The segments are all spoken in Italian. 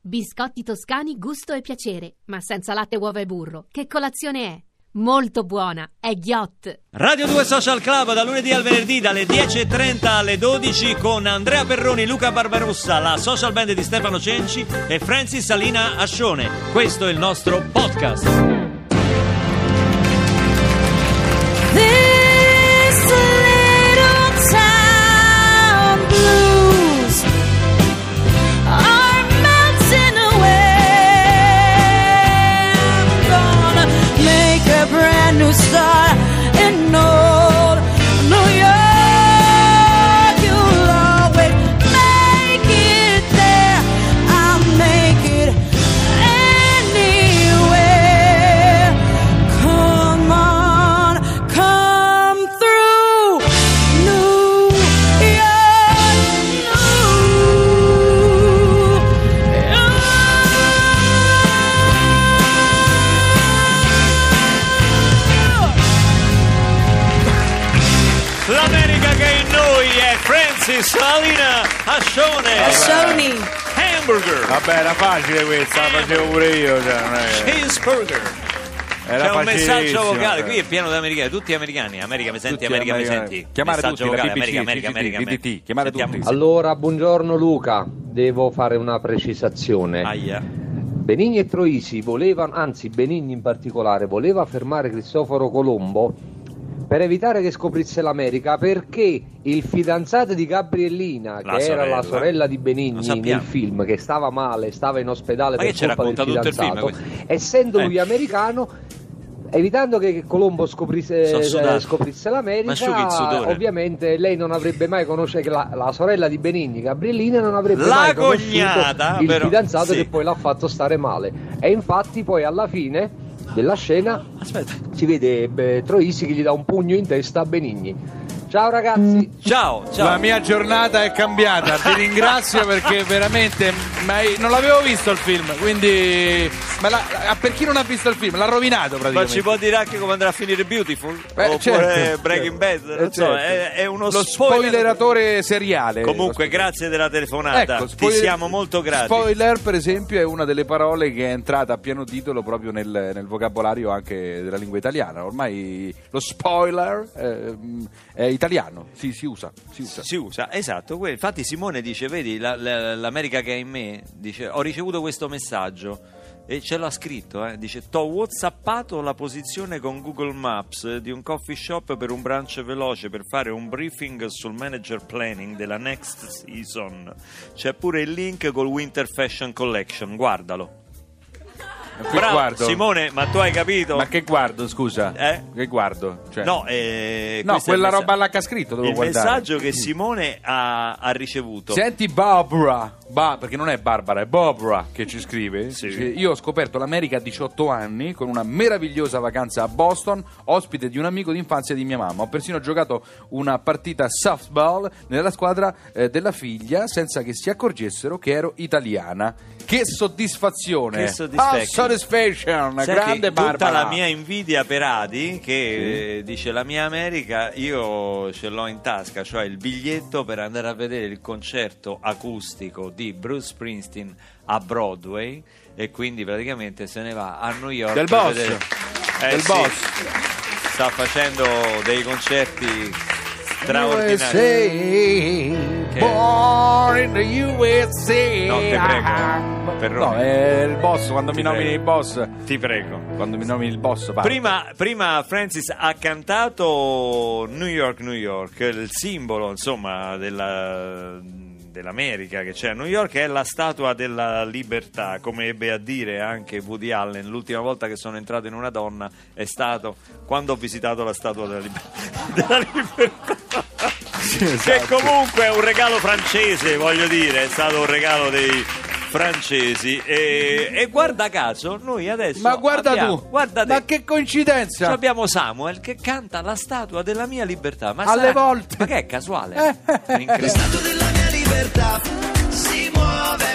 Biscotti toscani gusto e piacere, ma senza latte, uova e burro. Che colazione è? Molto buona, è Ghiott. Radio 2 Social Club da lunedì al venerdì dalle 10.30 alle 12 con Andrea Perroni, Luca Barbarossa, la social band di Stefano Cenci e Francis Salina Ascione. Questo è il nostro podcast. New start in old New York. You'll always make it there. I'll make it anywhere. Come on, come through New York, New York. L'America che è in noi è Francis Salina Ascione. Hamburger. Vabbè, era facile questa, la facevo pure io, cioè, non è... Cheeseburger. Era C'è un messaggio vocale, facilissimo. qui è pieno di americani, tutti americani. America mi senti, Tutti America mi americani. senti. Chiamare Messaggio tutti, la vocale, BBC, America. DDT, chiamare tutti. Allora, buongiorno Luca, devo fare una precisazione. Aia. Benigni e Troisi volevano, anzi Benigni in particolare, voleva fermare Cristoforo Colombo per evitare che scoprisse l'America, perché il fidanzato di Gabriellina, La che era sorella. la sorella di Lo Benigni sappiamo. nel film, che stava male, stava in ospedale Ma per che ci colpa del racconta tutto il film, fidanzato, questo? essendo lui americano, evitando che Colombo scoprisse Ma l'America, asciughi il sudore. ovviamente lei non avrebbe mai conosciuto la sorella di Benigni, Gabriellina, non avrebbe La mai conosciuto cognata, il però, fidanzato sì. che poi l'ha fatto stare male. E infatti poi alla fine della scena Aspetta. si vede Troisi che gli dà un pugno in testa a Benigni. Ciao ragazzi. Ciao. La mia giornata è cambiata, ti ringrazio perché veramente non l'avevo visto il film, quindi per chi non ha visto il film l'ha rovinato Ma praticamente. ci può dire anche come andrà a finire Beautiful? Beh, Oppure certo. Breaking Bad? Non so, Certo. è uno lo spoileratore seriale. Comunque, grazie della telefonata. Ecco, Ti siamo molto grati. Spoiler, per esempio, è una delle parole che è entrata a pieno titolo proprio nel vocabolario anche della lingua italiana. Ormai lo spoiler è italiano, si usa. Si usa, esatto. Infatti Simone dice, vedi, l'America che è in me, dice, ho ricevuto questo messaggio e ce l'ha scritto, dice, t'ho whatsappato la posizione con Google Maps di un coffee shop per un brunch veloce per fare un briefing sul manager planning della next season. C'è pure il link col Winter Fashion Collection, guardalo. Che Bravo guardo? Simone, ma tu hai capito? Ma che guardo, scusa? Che guardo? Cioè... No, quella roba là che ha scritto devo il guardare. messaggio che Simone ha ricevuto. Senti Barbara, perché non è Barbara, è Barbara che ci scrive. Sì. Dice, io ho scoperto l'America a 18 anni con una meravigliosa vacanza a Boston, ospite di un amico d'infanzia di mia mamma. Ho persino giocato una partita softball nella squadra della figlia senza che si accorgessero che ero italiana. Che soddisfazione! Che soddisfaction. Satisfaction, Senti, grande Barbara. tutta la mia invidia per Adi che dice la mia America io ce l'ho in tasca, cioè il biglietto per andare a vedere il concerto acustico di Bruce Springsteen a Broadway, e quindi praticamente se ne va a New York Del per boss. vedere. Del Sì, boss. sta facendo dei concerti straordinari. USA, born in the USA. No, te prego, Perrone. No, è il boss, quando Ti mi nomini prego. il boss. Ti prego. Quando mi nomini il boss, parlo. Prima Francis ha cantato New York, il simbolo, insomma, dell'America che c'è a New York è la Statua della Libertà, come ebbe a dire anche Woody Allen. L'ultima volta che sono entrato in una donna è stato quando ho visitato la Statua della Libertà. Sì, esatto. Che comunque è un regalo francese, voglio dire, è stato un regalo dei francesi e guarda caso noi adesso Ma guarda abbiamo, tu, guarda te, ma che coincidenza! abbiamo Samuel che canta la Statua della mia libertà, ma Alle volte. ma che è casuale? La Incredibile. statua della mia libertà si muove,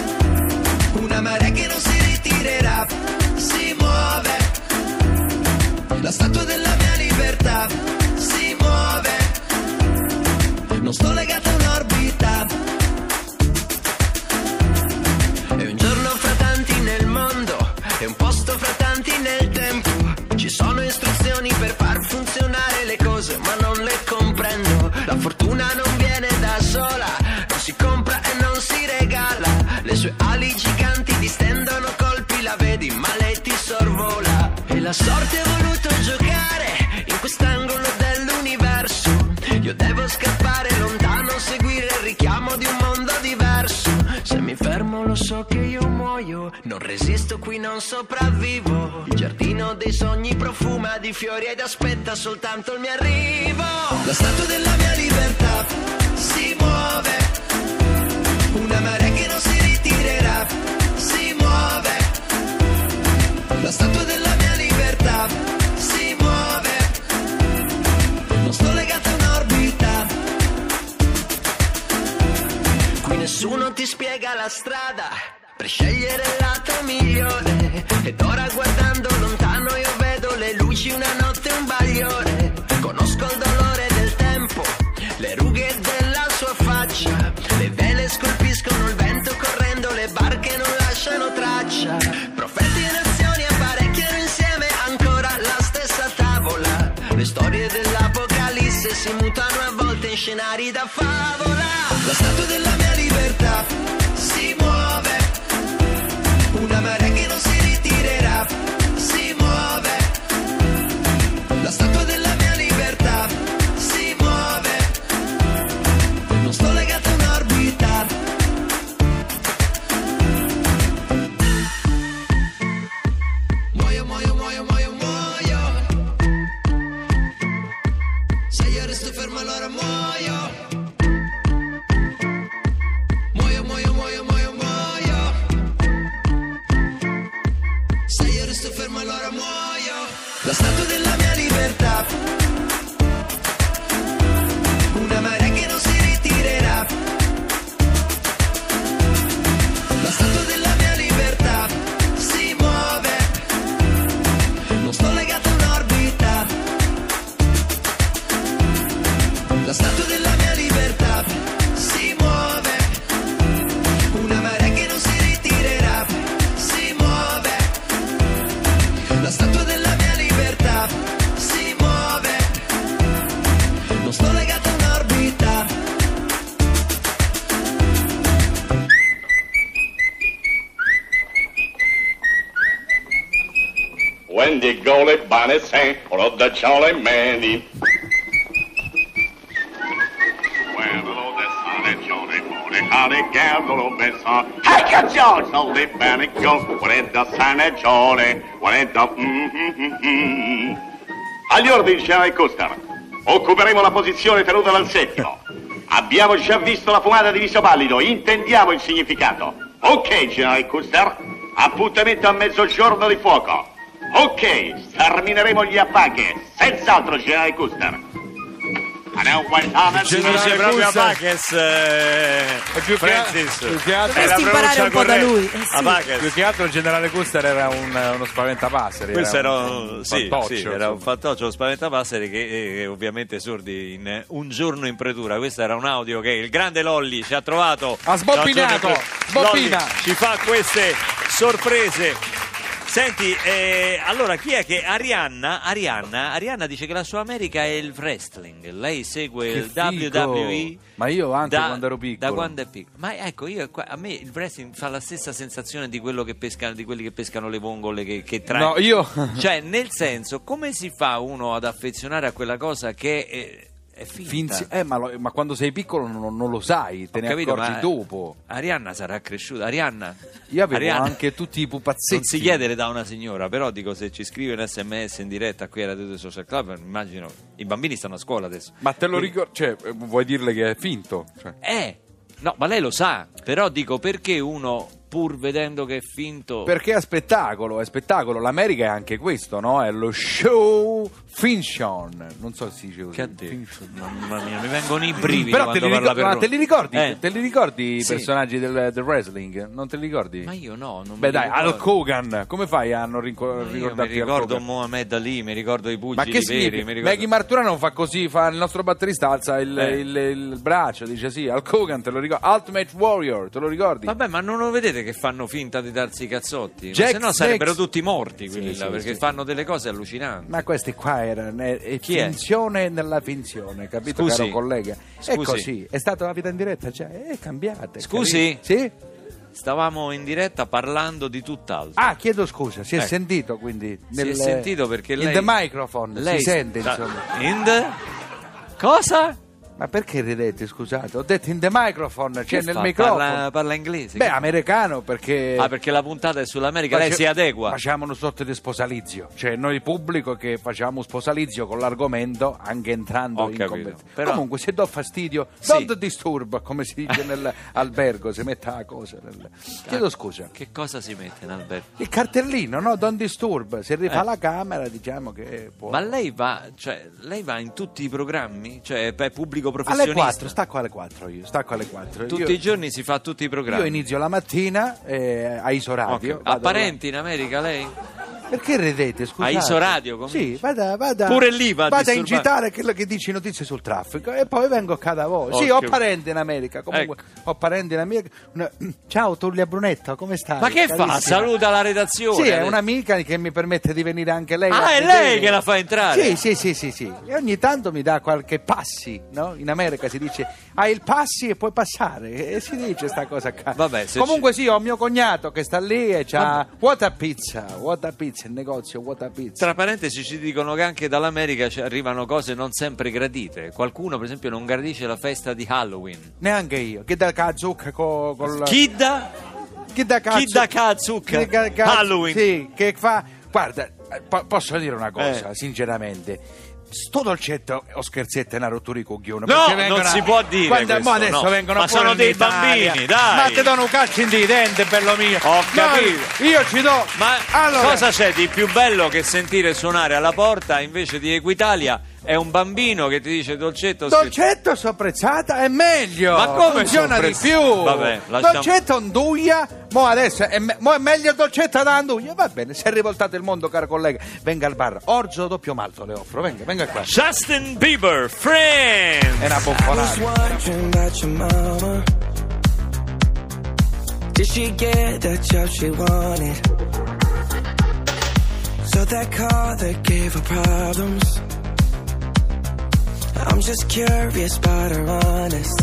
una marea che non si ritirerà, si muove. La statua della mia libertà si muove, non sto legato a un'orbita. E un giorno La sorte ha voluto giocare in quest'angolo dell'universo. Io devo scappare lontano, seguire il richiamo di un mondo diverso. Se mi fermo lo so che io muoio, non resisto qui, non sopravvivo. Il giardino dei sogni profuma di fiori ed aspetta soltanto il mio arrivo. La statua della mia libertà si muove, una marea che non si ritirerà, si muove. La statua della mia libertà si muove, non sto legato a un'orbita. Qui nessuno ti spiega la strada per scegliere il lato migliore. Ed ora guardando lontano io vedo le luci, una notte, un bagliore. Conosco il dolore del tempo, le rughe della sua faccia. Le vele scolpiscono il vento correndo, le barche non lasciano traccia. Profeti e nazioni apparecchiano insieme ancora la stessa tavola. Le storie dell'Apocalisse si mutano a volte in scenari da favola. La statua della mia libertà si muove, una marea che non si ritirerà, si muove. La statua della mia libertà si muove, non sto legato a un'orbita. Muoio, muoio, muoio, muoio, muoio. Se io resto fermo allora muoio. Muoio, muoio, muoio, muoio, muoio. Se io resto fermo allora muoio. La statua della mia libertà, una marea che non si ritirerà. La statua della mia libertà si muove, non sto legato a un'orbita. La statua della mia libertà si muove, una marea che non si ritirerà, si muove. La statua della mia libertà si muove, non sto legato a un'orbita. When the Golly Bonnie sang, or the Jolly Manny. When the sunny Jolly Bonnie, how the gal go besa. Hey, get George, all the Bonnie go. When the sunny Jolly, when the Agli ordini, General Custer. Occuperemo la posizione tenuta dal settimo. Abbiamo già visto la fumata di viso pallido, intendiamo il significato. Ok, General Custer, appuntamento a mezzogiorno di fuoco. Ok, stermineremo gli Apache, senz'altro, General Custer. Si dice proprio Custer. Apaches, Francis. più che altro, Dovresti imparare un po' da lui. Sì. Apaches. più che altro il generale Custer era uno spaventapasseri. Questo era era, un sì, fantoccio, sì, era insomma. un fantoccio, lo spaventapasseri che ovviamente esordi in Un giorno in pretura. Questo era un audio che il grande Lolli ci ha trovato. Ha sbobbinato, Lolli sbobbina. ci fa queste sorprese. Senti, allora chi è che Arianna dice che la sua America è il wrestling. Lei segue il Che figo. WWE. Ma io anche quando ero piccolo. Da quando è piccolo. Ma ecco, a me il wrestling fa la stessa sensazione di quello che pescano, di quelli che pescano le vongole che No, io cioè, nel senso, come si fa uno ad affezionare a quella cosa che è finta? ma quando sei piccolo non lo sai, te Ho ne capito, accorgi ma dopo. Arianna sarà cresciuta. Arianna, Io avevo Arianna, anche tutti i pupazzetti. non si chiede da una signora, però dico, se ci scrive un SMS in diretta qui alla Radio Social Club, immagino i bambini stanno a scuola adesso. Ma te lo ricordi? Cioè, vuoi dirle che è finto? Cioè. No, ma lei lo sa, però dico, perché uno, pur vedendo che è finto... Perché è spettacolo, è spettacolo. L'America è anche questo, no? È lo show fiction. Non so se si dice così. Che ha detto? Fiction. Mamma mia, mi vengono i brividi Però quando parla per ma Roma. te li ricordi? Te li ricordi i Sì. personaggi del wrestling? Non te li ricordi? Ma io no, non Beh mi dai, ricordo. Hulk Hogan, come fai a non Io mi ricordarti Hulk ricordo Hogan? Mohamed Ali, mi ricordo i Ma pugili che veri, significa? mi ricordo... Maggie Marturano fa così, fa il nostro batterista alza il braccio, dice sì, Hulk Hogan te lo ricordi, Ultimate Warrior, te lo ricordi? Vabbè, ma non lo vedete che fanno finta di darsi i cazzotti? Jack Se no sarebbero Snakes. tutti morti quelli Sì, là, sì, perché sì. fanno delle cose allucinanti. Ma questi qua erano Chi è? finzione nella finzione, capito, Scusi. caro collega? È Scusi. così, è stata la vita in diretta, cioè, è cambiate. Scusi? capito? Sì? stavamo in diretta parlando di tutt'altro. Ah, chiedo scusa, si è Ecco. sentito quindi Si è sentito perché lei... in the microphone lei si sente, sta- insomma. In the... Cosa? Ma perché ridete, scusate? Ho detto in the microphone, cioè Che nel fa? microfono. Parla inglese? Beh, americano perché... Perché la puntata è sull'America, lei si adegua. Facciamo una sorta di sposalizio, cioè noi pubblico che facciamo un sposalizio con l'argomento anche entrando Ho in capito. conversazione. Però- Comunque se do fastidio, Sì. don't disturb, come si dice nell'albergo, si mette la cosa. Chiedo scusa. Che cosa si mette in albergo? Il cartellino, no? Don't disturb, se rifà la camera diciamo che può... Ma lei va in tutti i programmi? Cioè è pubblico Alle professionista? 4, stacco alle 4 io, stacco alle 4. Tutti i giorni si fa tutti i programmi? Io inizio la mattina a Isoradio. Ok. Ha parenti in America lei? Perché ridete, scusate? A Isoradio, come Sì, dice? vada. Pure lì va a Vada a disturbare. incitare quello che dici notizie sul traffico e poi vengo qua da voi. Sì, Ok. ho parenti in America, comunque ho parenti in America. Ciao Tullia Brunetto, come stai? Ma che fa? Carissima. Saluta la redazione. Sì, è un'amica che mi permette di venire anche lei. Ah, a è vedere. lei che la fa entrare? Sì. E ogni tanto mi dà qualche passi, no? In America si dice hai il passi e puoi passare. E si dice sta cosa qua. Vabbè, se comunque sì, ho mio cognato che sta lì e c'ha What a Pizza, il negozio What a Pizza. Tra parentesi ci dicono che anche dall'America ci arrivano cose non sempre gradite. Qualcuno per esempio non gradisce la festa di Halloween. Neanche io, che da zucca col... Chi da zucca? Halloween. Sì, che fa... Guarda, posso dire una cosa, sinceramente. Sto dolcetto o scherzetto è una rottura di coglione. No, perché non si può dire Guarda, questo, mo adesso no. vengono Ma fuori sono in dei Italia. bambini, dai. Ma ti do un calcio in dente, bello mio. Ho capito. No, io ci do... Ma allora, cosa c'è di più bello che sentire suonare alla porta invece di Equitalia? È un bambino che ti dice dolcetto. dolcetto sopprezzata è meglio. Ma come funziona di più? Vabbè, lasciamo... Dolcetto anduia. Mo adesso mo è meglio dolcetto da anduia. Va bene, si è rivoltato il mondo, caro collega. Venga al bar, orzo doppio malto le offro. Venga qua. Justin Bieber, Friends. È una I was boffonata. wondering about your mama. Did she get the job she wanted? So that car that gave her problems. I'm just curious about her honest.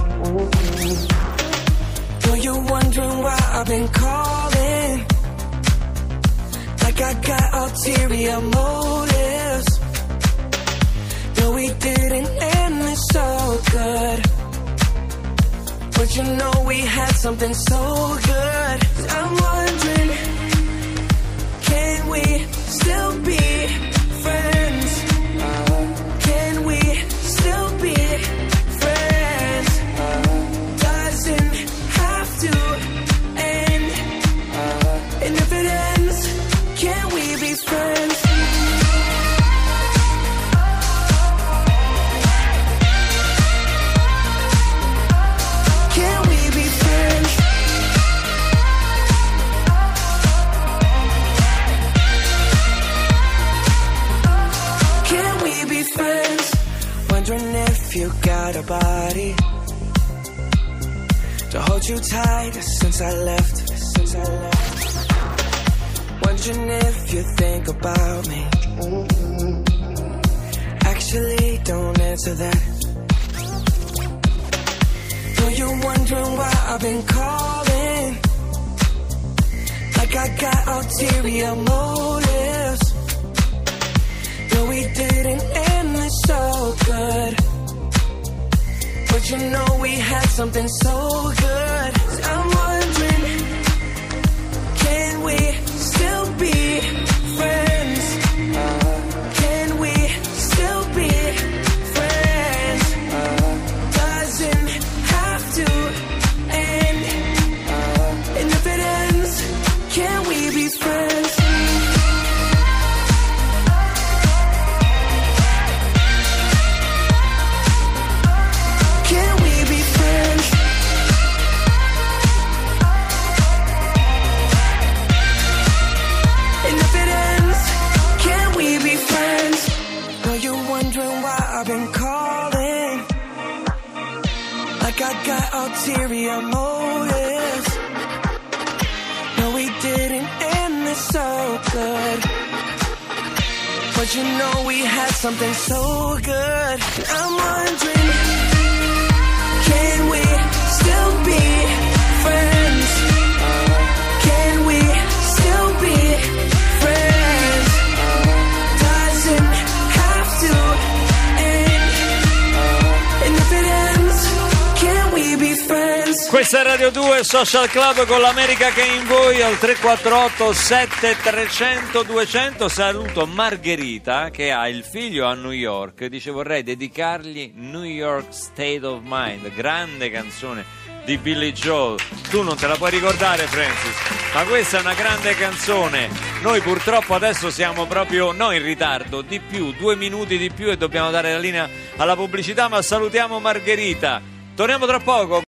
Though you're wondering why I've been calling, like I got ulterior motives. No, we didn't end this so good, but you know we had something so good. I'm wondering, can we still be friends? Can we still be friends? Doesn't have to end. And if it ends, can we be friends? Can we be friends? Can we be friends? Wondering if you got a body to hold you tight since I left. Wondering if you think about me. Actually, don't answer that. Though you're wondering why I've been calling, like I got ulterior motives. No, we didn't end this so good, but you know we had something so good. I'm wondering, can we still be friends? Can we still be friends? Doesn't have to end. And if it ends, can we be friends? Can we be friends? And if it ends, can we be friends? Are you wondering why I've been calling? Like I got ulterior motives. No, we didn't end this so good, but you know we had something so good. I'm wondering, can we still be friends? Questa è Radio 2 Social Club con l'America che è in voi al 348 7300 200. Saluto Margherita che ha il figlio a New York, dice vorrei dedicargli New York State of Mind, grande canzone di Billy Joel. Tu non te la puoi ricordare, Francis, ma questa è una grande canzone. Noi purtroppo adesso siamo proprio in ritardo di più, 2 minuti di più, e dobbiamo dare la linea alla pubblicità, ma salutiamo Margherita. Torniamo tra poco.